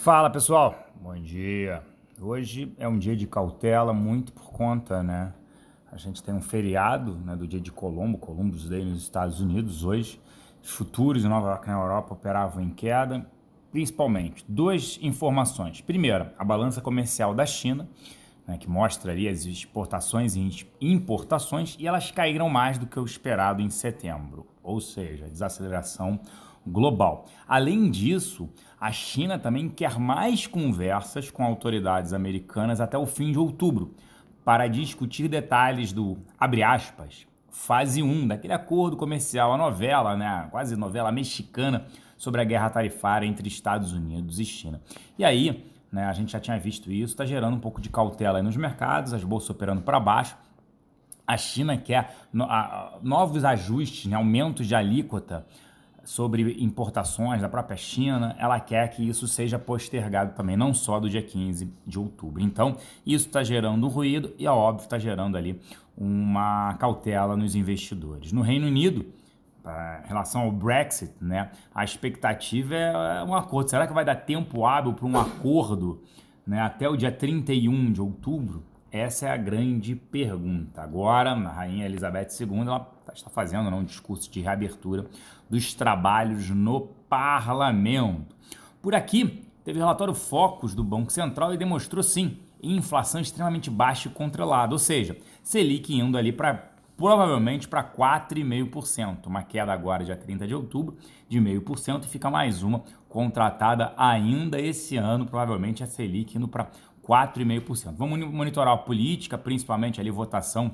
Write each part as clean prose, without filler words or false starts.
Fala pessoal, bom dia. Hoje é um dia de cautela muito por conta, né? A gente tem um feriado, né, do dia de Columbus Day nos Estados Unidos hoje. Os futuros em Nova York e na Europa operavam em queda, principalmente duas informações. Primeiro, a balança comercial da China, né, que mostra ali as exportações e importações, e elas caíram mais do que o esperado em setembro, ou seja, desaceleração global. Além disso, a China também quer mais conversas com autoridades americanas até o fim de outubro, para discutir detalhes do, abre aspas, fase 1 daquele acordo comercial, a novela, né, quase novela mexicana sobre a guerra tarifária entre Estados Unidos e China. E aí, né, a gente já tinha visto isso, está gerando um pouco de cautela aí nos mercados, as bolsas operando para baixo. A China quer novos ajustes, né, aumentos de alíquota sobre importações da própria China. Ela quer que isso seja postergado também, não só do dia 15 de outubro. Então, isso está gerando ruído e, é óbvio, está gerando ali uma cautela nos investidores. No Reino Unido, em relação ao Brexit, né, a expectativa é um acordo. Será que vai dar tempo hábil para um acordo, né, até o dia 31 de outubro? Essa é a grande pergunta. Agora, a Rainha Elizabeth II ela está fazendo, né, um discurso de reabertura dos trabalhos no parlamento. Por aqui, teve o relatório Focus do Banco Central e demonstrou, sim, inflação extremamente baixa e controlada, ou seja, Selic indo ali para provavelmente para 4,5%, uma queda agora dia 30 de outubro de 0,5% e fica mais uma contratada ainda esse ano, provavelmente a Selic indo para 4,5%. Vamos monitorar a política, principalmente ali votação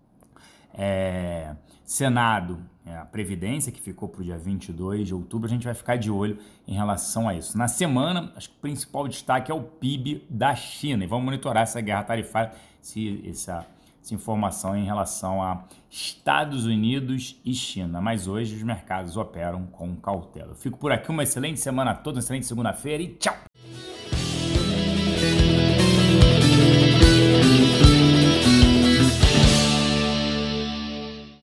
Senado, a Previdência, que ficou para o dia 22 de outubro, a gente vai ficar de olho em relação a isso. Na semana, acho que o principal destaque é o PIB da China, e vamos monitorar essa guerra tarifária, essa informação em relação a Estados Unidos e China, mas hoje os mercados operam com cautela. Eu fico por aqui, uma excelente semana toda, uma excelente segunda-feira e tchau!